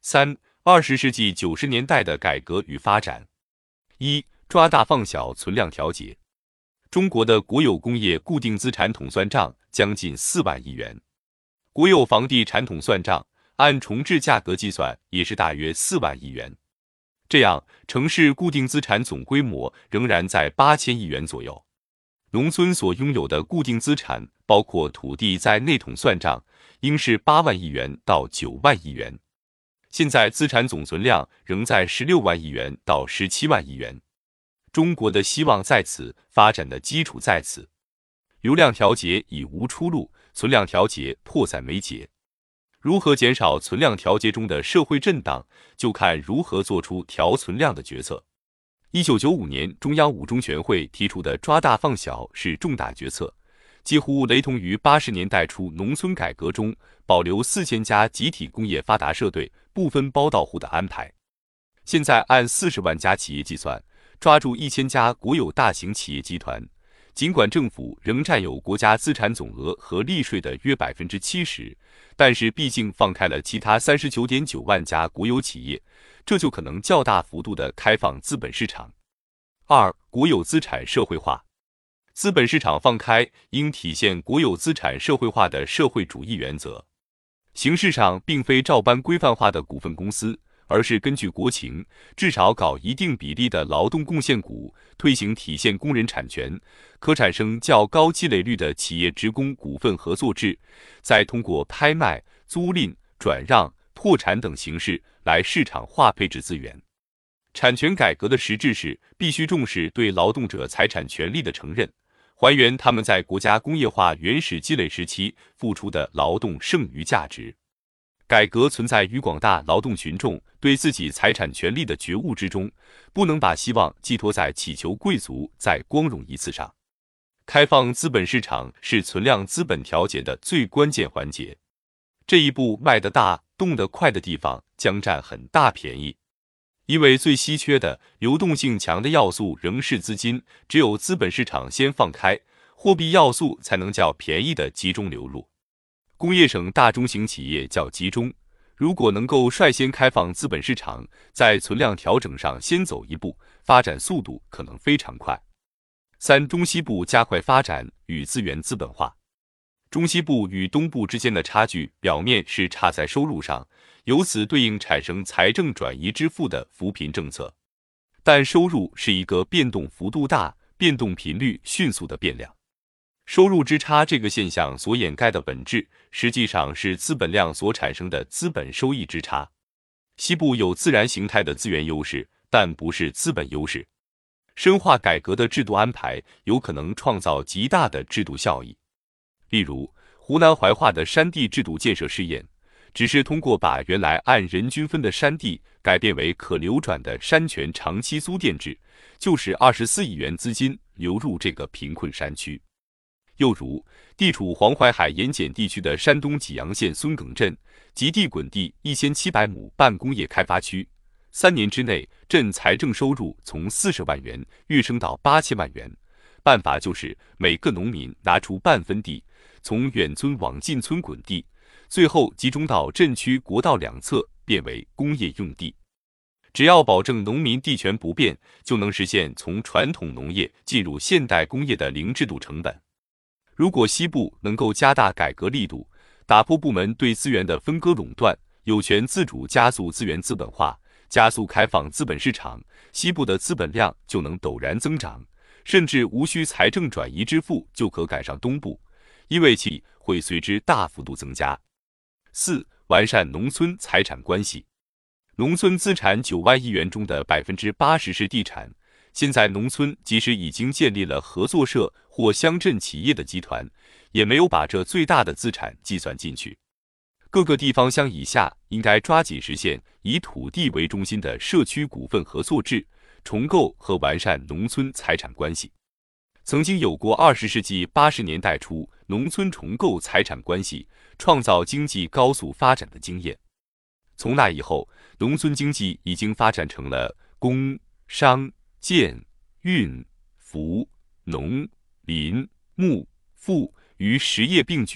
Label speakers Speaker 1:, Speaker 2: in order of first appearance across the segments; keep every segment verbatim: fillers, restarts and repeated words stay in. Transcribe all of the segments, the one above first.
Speaker 1: 三、二十世纪九十年代的改革与发展。一、抓大放小，存量调节。中国的国有工业固定资产统算账将近四万亿元，国有房地产统算账按重置价格计算也是大约四万亿元。这样，城市固定资产总规模仍然在八千亿元左右。农村所拥有的固定资产，包括土地在内统算账，应是八万亿元到九万亿元。现在资产总存量仍在十六万亿元到十七万亿元。中国的希望在此，发展的基础在此。流量调节已无出路，存量调节迫在眉睫。如何减少存量调节中的社会震荡，就看如何做出调存量的决策。一九九五年，中央五中全会提出的抓大放小是重大决策，几乎雷同于八十年代初农村改革中保留四千家集体工业发达社队不分包到户的安排。现在按四十万家企业计算，抓住一千家国有大型企业集团，尽管政府仍占有国家资产总额和利税的约百分之七十，但是毕竟放开了其他三十九点九万家国有企业，这就可能较大幅度的开放资本市场。二、国有资产社会化。资本市场放开应体现国有资产社会化的社会主义原则，形式上并非照搬规范化的股份公司，而是根据国情，至少搞一定比例的劳动贡献股，推行体现工人产权，可产生较高积累率的企业职工股份合作制，再通过拍卖、租赁、转让、破产等形式来市场化配置资源。产权改革的实质是必须重视对劳动者财产权利的承认，还原他们在国家工业化原始积累时期付出的劳动剩余价值。改革存在于广大劳动群众对自己财产权利的觉悟之中，不能把希望寄托在祈求贵族再光荣一次上。开放资本市场是存量资本调节的最关键环节，这一步迈得大、动得快的地方将占很大便宜。因为最稀缺的、流动性强的要素仍是资金，只有资本市场先放开，货币要素才能较便宜的集中流入。工业省大中型企业较集中，如果能够率先开放资本市场，在存量调整上先走一步，发展速度可能非常快。三、中西部加快发展与资源资本化。中西部与东部之间的差距表面是差在收入上，由此对应产生财政转移支付的扶贫政策。但收入是一个变动幅度大、变动频率迅速的变量。收入之差这个现象所掩盖的本质，实际上是资本量所产生的资本收益之差。西部有自然形态的资源优势，但不是资本优势。深化改革的制度安排，有可能创造极大的制度效益。例如，湖南怀化的山地制度建设试验，只是通过把原来按人均分的山地改变为可流转的山泉长期租佃制，就使二十四亿元资金流入这个贫困山区。又如，地处黄淮海盐碱地区的山东济阳县孙耿镇，极地滚地一千七百亩半工业开发区，三年之内，镇财政收入从四十万元跃升到八千万元。办法就是每个农民拿出半分地，从远村往近村滚地，最后集中到镇区国道两侧，变为工业用地。只要保证农民地权不变，就能实现从传统农业进入现代工业的零制度成本。如果西部能够加大改革力度，打破部门对资源的分割垄断，有权自主加速资源资本化，加速开放资本市场，西部的资本量就能陡然增长，甚至无需财政转移支付就可赶上东部，因为其会随之大幅度增加。四、完善农村财产关系。农村资产九万亿元中的百分之八十是地产，现在农村即使已经建立了合作社或乡镇企业的集团，也没有把这最大的资产计算进去。各个地方乡以下应该抓紧实现以土地为中心的社区股份合作制，重构和完善农村财产关系。曾经有过二十世纪八十年代初农村重构财产关系，创造经济高速发展的经验。从那以后，农村经济已经发展成了工、商、建、运、服、农、林、牧、副与实业并举，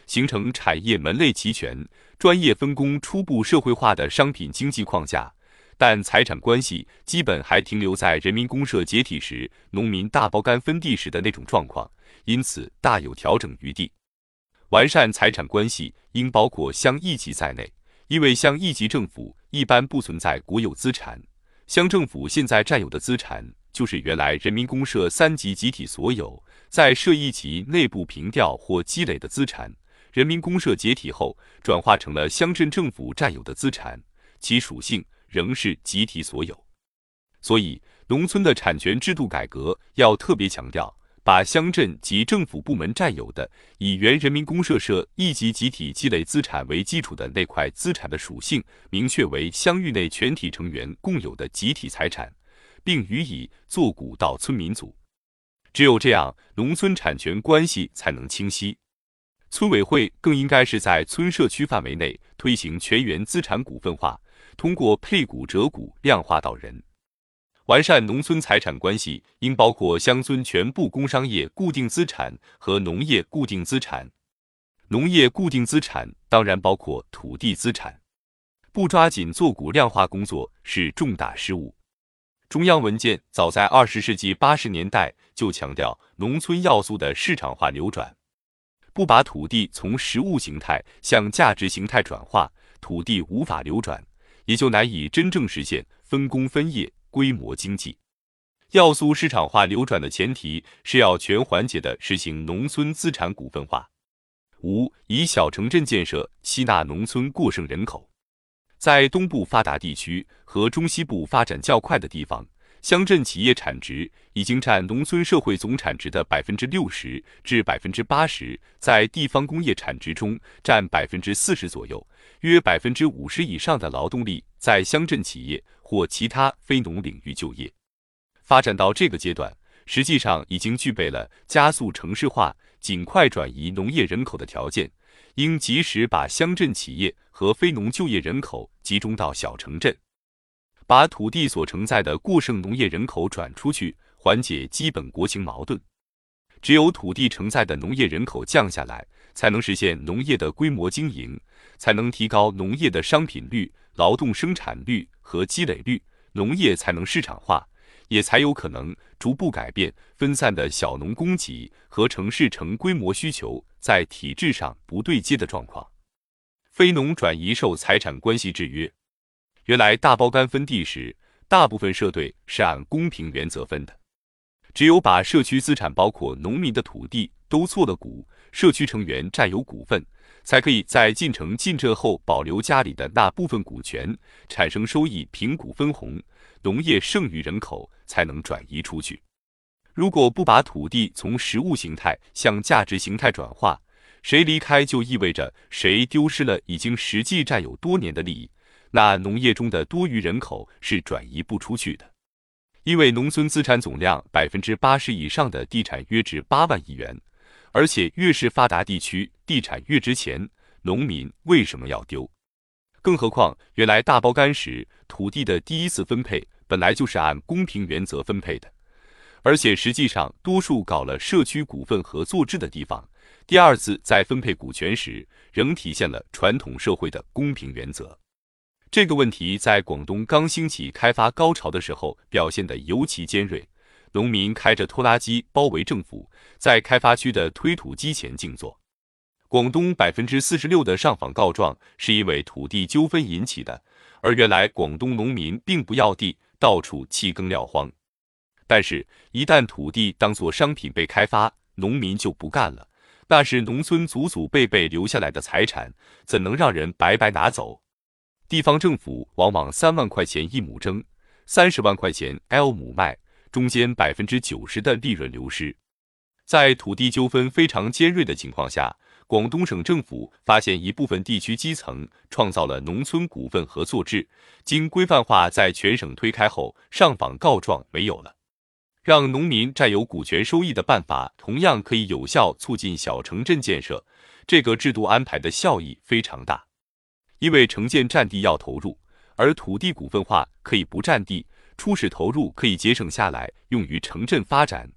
Speaker 1: 形成产业门类齐全、专业分工初步社会化的商品经济框架，但财产关系基本还停留在人民公社解体时农民大包干分地时的那种状况，因此大有调整余地。完善财产关系应包括乡一级在内，因为乡一级政府一般不存在国有资产，乡政府现在占有的资产就是原来人民公社三级集体所有，在社一级内部平调或积累的资产，人民公社解体后转化成了乡镇政府占有的资产，其属性仍是集体所有。所以，农村的产权制度改革要特别强调，把乡镇及政府部门占有的以原人民公社社一级集体积累资产为基础的那块资产的属性明确为乡域内全体成员共有的集体财产，并予以作股到村民组。只有这样，农村产权关系才能清晰。村委会更应该是在村社区范围内推行全员资产股份化，通过配股折股量化到人。完善农村财产关系应包括乡村全部工商业固定资产和农业固定资产。农业固定资产当然包括土地资产。不抓紧做股量化工作是重大失误。中央文件早在二十世纪八十年代就强调农村要素的市场化流转。不把土地从实物形态向价值形态转化，土地无法流转，也就难以真正实现分工分业、规模经济。要素市场化流转的前提是要全环节的实行农村资产股份化。五、以小城镇建设吸纳农村过剩人口。在东部发达地区和中西部发展较快的地方，乡镇企业产值已经占农村社会总产值的百分之六十至百分之八十，在地方工业产值中占百分之四十左右，约百分之五十以上的劳动力在乡镇企业或其他非农领域就业。发展到这个阶段，实际上已经具备了加速城市化、尽快转移农业人口的条件，应及时把乡镇企业和非农就业人口集中到小城镇。把土地所承载的过剩农业人口转出去，缓解基本国情矛盾。只有土地承载的农业人口降下来，才能实现农业的规模经营，才能提高农业的商品率、劳动生产率和积累率，农业才能市场化，也才有可能逐步改变分散的小农供给和城市成规模需求在体制上不对接的状况。非农转移受财产关系制约。原来大包干分地时，大部分社队是按公平原则分的，只有把社区资产包括农民的土地都做了股，社区成员占有股份，才可以在进城进浙后保留家里的那部分股权，产生收益凭股分红，农业剩余人口才能转移出去。如果不把土地从实物形态向价值形态转化，谁离开就意味着谁丢失了已经实际占有多年的利益，那农业中的多余人口是转移不出去的。因为农村资产总量百分之八十以上的地产约值八万亿元，而且越是发达地区，地产越值钱，农民为什么要丢？更何况原来大包干时，土地的第一次分配本来就是按公平原则分配的，而且实际上多数搞了社区股份合作制的地方，第二次在分配股权时，仍体现了传统社会的公平原则。这个问题在广东刚兴起开发高潮的时候表现得尤其尖锐，农民开着拖拉机包围政府，在开发区的推土机前静坐。广东百分之四十六的上访告状是因为土地纠纷引起的，而原来广东农民并不要地，到处弃耕撂荒。但是，一旦土地当作商品被开发，农民就不干了，那是农村祖祖辈辈留下来的财产，怎能让人白白拿走？地方政府往往三万块钱一亩征，三十万块钱 L 亩卖，中间百分之九十的利润流失。在土地纠纷非常尖锐的情况下，广东省政府发现一部分地区基层创造了农村股份合作制，经规范化在全省推开后，上访告状没有了。让农民占有股权收益的办法，同样可以有效促进小城镇建设，这个制度安排的效益非常大。因为城建占地要投入，而土地股份化可以不占地，初始投入可以节省下来用于城镇发展，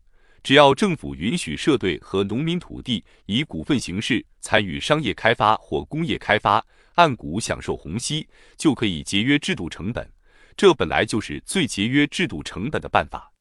Speaker 1: 只要政府允许社队和农民土地以股份形式参与商业开发或工业开发，按股享受红息，就可以节约制度成本。这本来就是最节约制度成本的办法。